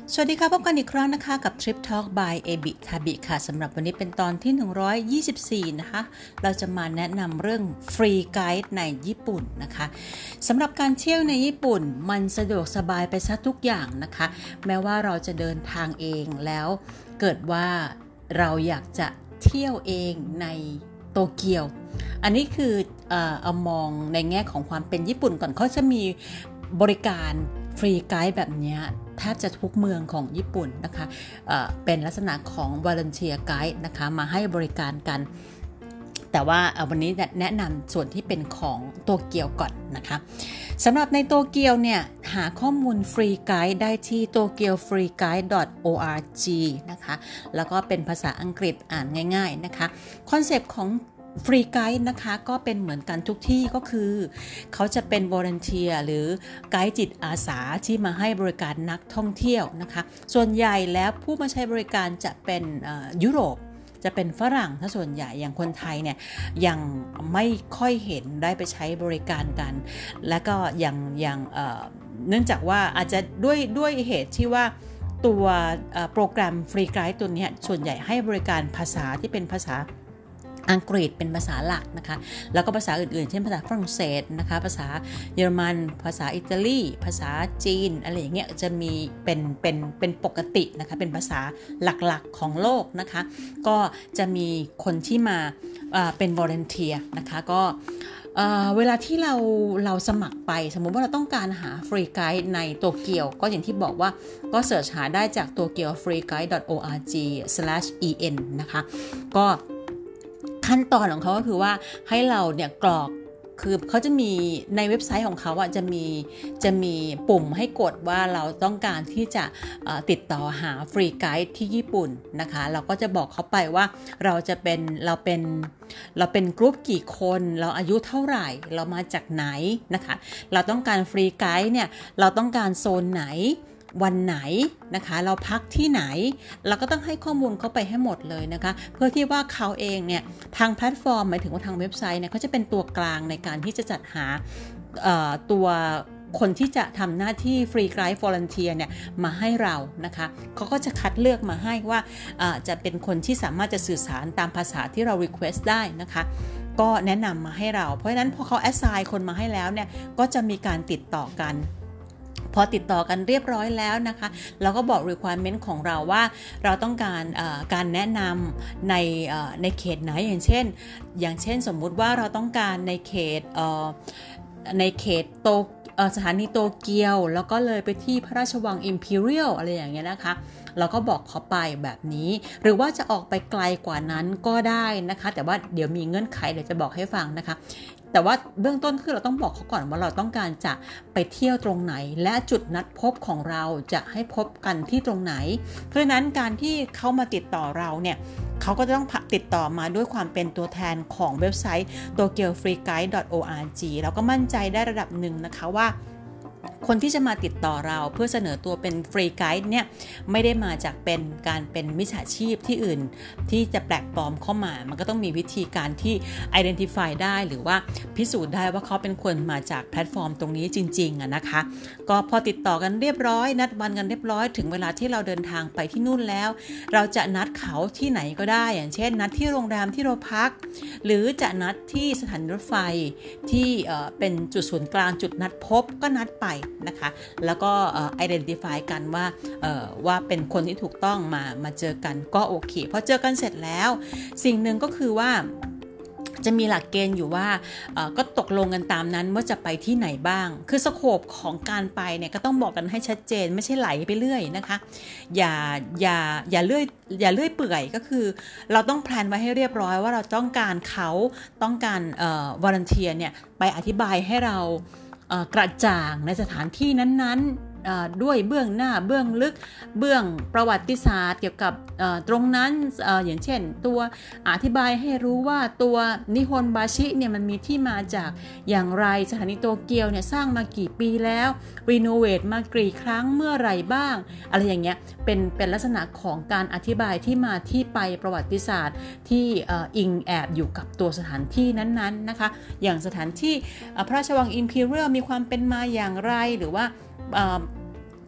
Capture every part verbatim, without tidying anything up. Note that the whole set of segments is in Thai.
สวัสดีค่ะพบกันอีกครั้งนะคะกับ Trip Talk by เอ บิ ทาบิ ค่ะสำหรับวันนี้เป็นตอนที่หนึ่งร้อยยี่สิบสี่นะคะเราจะมาแนะนำเรื่องฟรีไกด์ในญี่ปุ่นนะคะสำหรับการเที่ยวในญี่ปุ่นมันสะดวกสบายไปซะทุกอย่างนะคะแม้ว่าเราจะเดินทางเองแล้วเกิดว่าเราอยากจะเที่ยวเองในโตเกียวอันนี้คือเอ่อเอามองในแง่ของความเป็นญี่ปุ่นก่อนเขาจะมีบริการฟรีไกด์แบบนี้แทบจะทุกเมืองของญี่ปุ่นนะคะ เอ่อ เป็นลักษณะของ Volunteer Guide นะคะมาให้บริการกันแต่ว่าวันนี้แนะนำส่วนที่เป็นของโตเกียวก่อนนะคะสำหรับในโตเกียวเนี่ยหาข้อมูลฟรีไกด์ได้ที่ โตเกียวฟรีไกด์ ดอท โอ อาร์ จี นะคะแล้วก็เป็นภาษาอังกฤษอ่านง่ายๆนะคะคอนเซปต์ของฟรีไกด์นะคะก็เป็นเหมือนกันทุกที่ก็คือเขาจะเป็นวอลันเทียร์หรือไกด์จิตอาสาที่มาให้บริการนักท่องเที่ยวนะคะส่วนใหญ่แล้วผู้มาใช้บริการจะเป็นยุโรปจะเป็นฝรั่งถ้าส่วนใหญ่อย่างคนไทยเนี่ยยังไม่ค่อยเห็นได้ไปใช้บริการกันและก็ยังยังเอ่อเนื่องจากว่าอาจจะด้วยด้วยเหตุที่ว่าตัวโปรแกรมฟรีไกด์ตัวนี้ส่วนใหญ่ให้บริการภาษาที่เป็นภาษาอังกฤษเป็นภาษาหลักนะคะแล้วก็ภาษาอื่นๆเช่นภาษาฝรั่งเศสนะคะภาษาเยอรมันภาษาอิตาลีภาษาจีนอะไรอย่างเงี้ยจะมีเป็นเป็นเป็นปกตินะคะเป็นภาษาหลักๆของโลกนะคะก็จะมีคนที่มาเป็นวอลันเทียร์นะคะก็เวลาที่เราเราสมัครไปสมมุติว่าเราต้องการหาฟรีไกด์ในโตเกียวก็อย่างที่บอกว่าก็เสิร์ชหาได้จาก โตเกียว ฟรีไกด์ ดอท โอ อาร์ จี สแลช อี เอ็น นะคะก็ขั้นตอนของเขาก็คือว่าให้เราเนี่ยกรอกคือเขาจะมีในเว็บไซต์ของเขาอะจะมีจะมีปุ่มให้กดว่าเราต้องการที่จะติดต่อหาฟรีไกด์ที่ญี่ปุ่นนะคะเราก็จะบอกเขาไปว่าเราจะเป็นเราเป็นเราเป็นกลุ่มกี่คนเราอายุเท่าไหร่เรามาจากไหนนะคะเราต้องการฟรีไกด์เนี่ยเราต้องการโซนไหนวันไหนนะคะเราพักที่ไหนเราก็ต้องให้ข้อมูลเขาไปให้หมดเลยนะคะเพื่อที่ว่าเขาเองเนี่ยทางแพลตฟอร์มหมายถึงว่าทางเว็บไซต์เนี่ยเขาจะเป็นตัวกลางในการที่จะจัดหาตัวคนที่จะทำหน้าที่ฟรีไกด์วอลันเทียร์เนี่ยมาให้เรานะคะเขาก็จะคัดเลือกมาให้ว่าจะเป็นคนที่สามารถจะสื่อสารตามภาษาที่เรา request ได้นะคะก็แนะนำมาให้เราเพราะฉะนั้นพอเขา assign คนมาให้แล้วเนี่ยก็จะมีการติดต่อกันพอติดต่อกันเรียบร้อยแล้วนะคะเราก็บอก requirement ของเราว่าเราต้องการการแนะนำในในเขตไหนอย่างเช่นอย่างเช่นสมมุติว่าเราต้องการในเขตในเขตโตสถานีโตเกียวแล้วก็เลยไปที่พระราชวัง Imperial อะไรอย่างเงี้ยนะคะเราก็บอกเขาไปแบบนี้หรือว่าจะออกไปไกลกว่านั้นก็ได้นะคะแต่ว่าเดี๋ยวมีเงื่อนไขเดี๋ยวจะบอกให้ฟังนะคะแต่ว่าเบื้องต้นคือเราต้องบอกเขาก่อนว่าเราต้องการจะไปเที่ยวตรงไหนและจุดนัดพบของเราจะให้พบกันที่ตรงไหนเพราะฉะนั้นการที่เขามาติดต่อเราเนี่ยเขาก็จะต้องติดต่อมาด้วยความเป็นตัวแทนของเว็บไซต์ โตเกียว ฟรีไกด์ ดอท โอ อาร์ จี เราก็มั่นใจได้ระดับหนึ่งนะคะว่าคนที่จะมาติดต่อเราเพื่อเสนอตัวเป็นฟรีไกด์เนี่ยไม่ได้มาจากเป็นการเป็นมิจฉาชีพที่อื่นที่จะแปลกปลอมเข้ามามันก็ต้องมีวิธีการที่ identify ได้หรือว่าพิสูจน์ได้ว่าเขาเป็นคนมาจากแพลตฟอร์มตรงนี้จริงๆอะนะคะก็พอติดต่อกันเรียบร้อยนัดวันกันเรียบร้อยถึงเวลาที่เราเดินทางไปที่นู่นแล้วเราจะนัดเขาที่ไหนก็ได้อย่างเช่นนัดที่โรงแรมที่เราพักหรือจะนัดที่สถานีรถไฟที่เป็นจุดศูนย์กลางจุดนัดพบก็นัดไปนะคะแล้วก็ identify กันว่าว่าเป็นคนที่ถูกต้องมามาเจอกันก็โอเคพอเจอกันเสร็จแล้วสิ่งหนึ่งก็คือว่าจะมีหลักเกณฑ์อยู่ว่าก็ตกลงกันตามนั้นว่าจะไปที่ไหนบ้างคือสโคปของการไปเนี่ยก็ต้องบอกกันให้ชัดเจนไม่ใช่ไหลไปเรื่อยนะคะอย่าอย่าอย่าเลื่อยอย่าเลื่อยเปื่อยก็คือเราต้องแพลนไว้ให้เรียบร้อยว่าเราต้องการเขาต้องการวอลันเทียร์เนี่ยไปอธิบายให้เรากระจ่างในสถานที่นั้นๆด้วยเบื้องหน้าเบื้องลึกเบื้องประวัติศาสตร์เกี่ยวกับตรงนั้น อ, อย่างเช่นตัวอธิบายให้รู้ว่าตัวนิฮอนบาชิเนี่ยมันมีที่มาจากอย่างไรสถานีโตเกียวเนี่ยสร้างมากี่ปีแล้วรีโนเวทมากี่ครั้งเมื่อไหร่บ้างอะไรอย่างเงี้ยเป็นเป็นลักษณะของการอธิบายที่มาที่ไปประวัติศาสตร์ที่อิงแอบอยู่กับตัวสถานที่นั้นๆนะคะอย่างสถานที่พระราชวังอิมพีเรียลมีความเป็นมาอย่างไรหรือว่า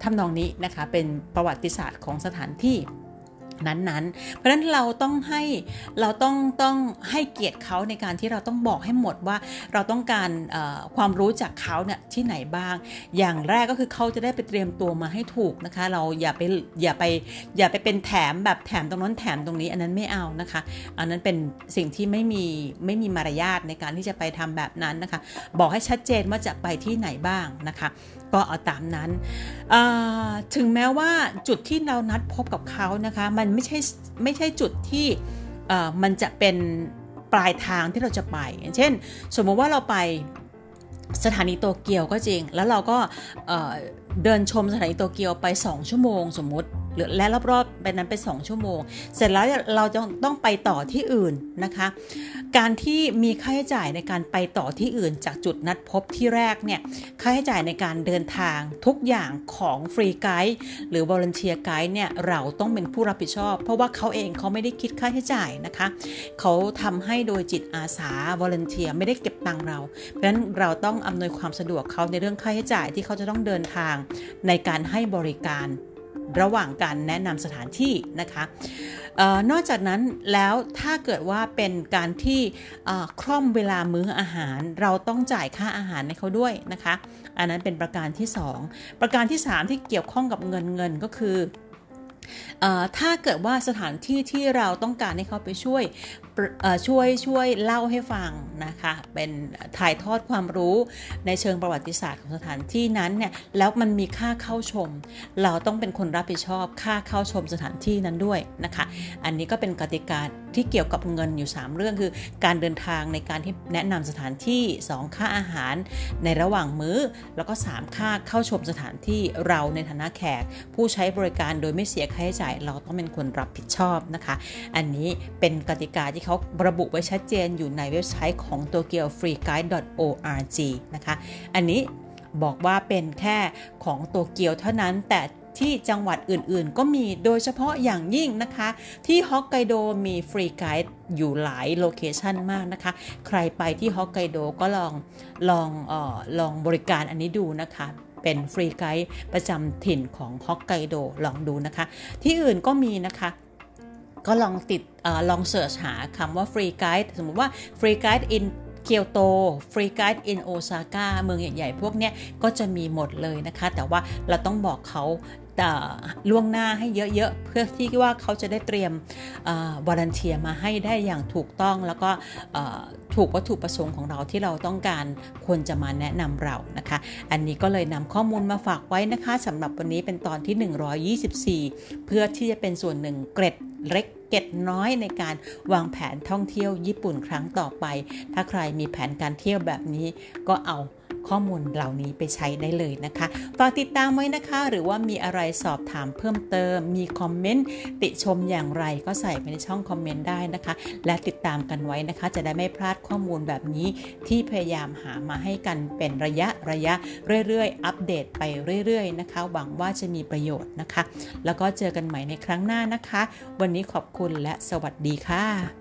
ทำนองนี้นะคะเป็นประวัติศาสตร์ของสถานที่นั้นๆเพราะฉะนั้นเราต้องให้เราต้องต้องให้เกียรติเขาในการที่เราต้องบอกให้หมดว่าเราต้องการความรู้จากเขาเนี่ยที่ไหนบ้างอย่างแรกก็คือเขาจะได้ไปเตรียมตัวมาให้ถูกนะคะเราอย่าไปอย่าไปอย่าไปเป็นแถมแบบแถมตรงนั้นแถมตรงนี้อันนั้นไม่เอานะคะอันนั้นเป็นสิ่งที่ไม่มีไม่มีมารยาทในการที่จะไปทำแบบนั้นนะคะบอกให้ชัดเจนว่าจะไปที่ไหนบ้างนะคะก็เอาตามนั้นถึงแม้ว่าจุดที่เรานัดพบกับเขานะคะมันไม่ใช่ไม่ใช่จุดที่มันจะเป็นปลายทางที่เราจะไปอย่างเช่นสมมติว่าเราไปสถานีโตเกียวก็จริงแล้วเราก็เดินชมสถานีโตเกียวไปสองชั่วโมงสมมุติหรือและรอบๆไปนั้นไปสองชั่วโมงเสร็จแล้วเราจะต้องไปต่อที่อื่นนะคะการที่มีค่าใช้จ่ายในการไปต่อที่อื่นจากจุดนัดพบที่แรกเนี่ยค่าใช้จ่ายในการเดินทางทุกอย่างของฟรีไกด์หรือ Volunteer Guide เนี่ยเราต้องเป็นผู้รับผิดชอบเพราะว่าเขาเองเขาไม่ได้คิดค่าใช้จ่ายนะคะเขาทำให้โดยจิตอาสา Volunteer ไม่ได้เก็บตังค์เราเพราะฉะนั้นเราต้องอำนวยความสะดวกเขาในเรื่องค่าใช้จ่ายที่เขาจะต้องเดินทางในการให้บริการระหว่างการแนะนำสถานที่นะคะเอ่อนอกจากนั้นแล้วถ้าเกิดว่าเป็นการที่คร่อมเวลามื้ออาหารเราต้องจ่ายค่าอาหารให้เขาด้วยนะคะอันนั้นเป็นประการที่สองประการที่สามที่เกี่ยวข้องกับเงินเงินก็คือถ้าเกิดว่าสถานที่ที่เราต้องการให้เขาไปช่วยช่วยช่วยเล่าให้ฟังนะคะเป็นถ่ายทอดความรู้ในเชิงประวัติศาสตร์ของสถานที่นั้นเนี่ยแล้วมันมีค่าเข้าชมเราต้องเป็นคนรับผิดชอบค่าเข้าชมสถานที่นั้นด้วยนะคะอันนี้ก็เป็นกติกาที่เกี่ยวกับเงินอยู่สามเรื่องคือการเดินทางในการที่แนะนำสถานที่สองค่าอาหารในระหว่างมื้อแล้วก็สามค่าเข้าชมสถานที่เราในฐานะแขกผู้ใช้บริการโดยไม่เสียค่าใช้จ่ายเราต้องเป็นคนรับผิดชอบนะคะอันนี้เป็นกติกาที่เขาระบุไว้ชัดเจนอยู่ในเว็บไซต์ของ โตเกียวฟรีไกด์ ดอท โอ อาร์ จี นะคะอันนี้บอกว่าเป็นแค่ของโตเกียวเท่านั้นแต่ที่จังหวัดอื่นๆก็มีโดยเฉพาะอย่างยิ่งนะคะที่ฮอกไกโดมีฟรีไกด์อยู่หลายโลเคชันมากนะคะใครไปที่ฮอกไกโดก็ลองลองเอ่อลองบริการอันนี้ดูนะคะเป็นฟรีไกด์ประจำถิ่นของฮอกไกโดลองดูนะคะที่อื่นก็มีนะคะก็ลองติดเอ่อลองเสิร์ชหาคำว่าฟรีไกด์สมมุติว่าฟรีไกด์ in เกียวโตฟรีไกด์ in โอซาก้าเมืองใหญ่ๆพวกเนี้ยก็จะมีหมดเลยนะคะแต่ว่าเราต้องบอกเขาล่วงหน้าให้เยอะๆเพื่อที่ว่าเขาจะได้เตรียมวอลันเทียมาให้ได้อย่างถูกต้องแล้วก็ถูกวัตถุประสงค์ของเราที่เราต้องการควรจะมาแนะนำเรานะคะอันนี้ก็เลยนำข้อมูลมาฝากไว้นะคะสำหรับวันนี้เป็นตอนที่หนึ่งร้อยยี่สิบสี่เพื่อที่จะเป็นส่วนหนึ่งเกร็ดเล็กเกร็ดน้อยในการวางแผนท่องเที่ยวญี่ปุ่นครั้งต่อไปถ้าใครมีแผนการเที่ยวแบบนี้ก็เอาข้อมูลเหล่านี้ไปใช้ได้เลยนะคะฝากติดตามไว้นะคะหรือว่ามีอะไรสอบถามเพิ่มเติมมีคอมเมนต์ติชมอย่างไรก็ใส่ไปในช่องคอมเมนต์ได้นะคะและติดตามกันไว้นะคะจะได้ไม่พลาดข้อมูลแบบนี้ที่พยายามหามาให้กันเป็นระยะระยะเรื่อยๆอัปเดตไปเรื่อยๆนะคะหวังว่าจะมีประโยชน์นะคะแล้วก็เจอกันใหม่ในครั้งหน้านะคะวันนี้ขอบคุณและสวัสดีค่ะ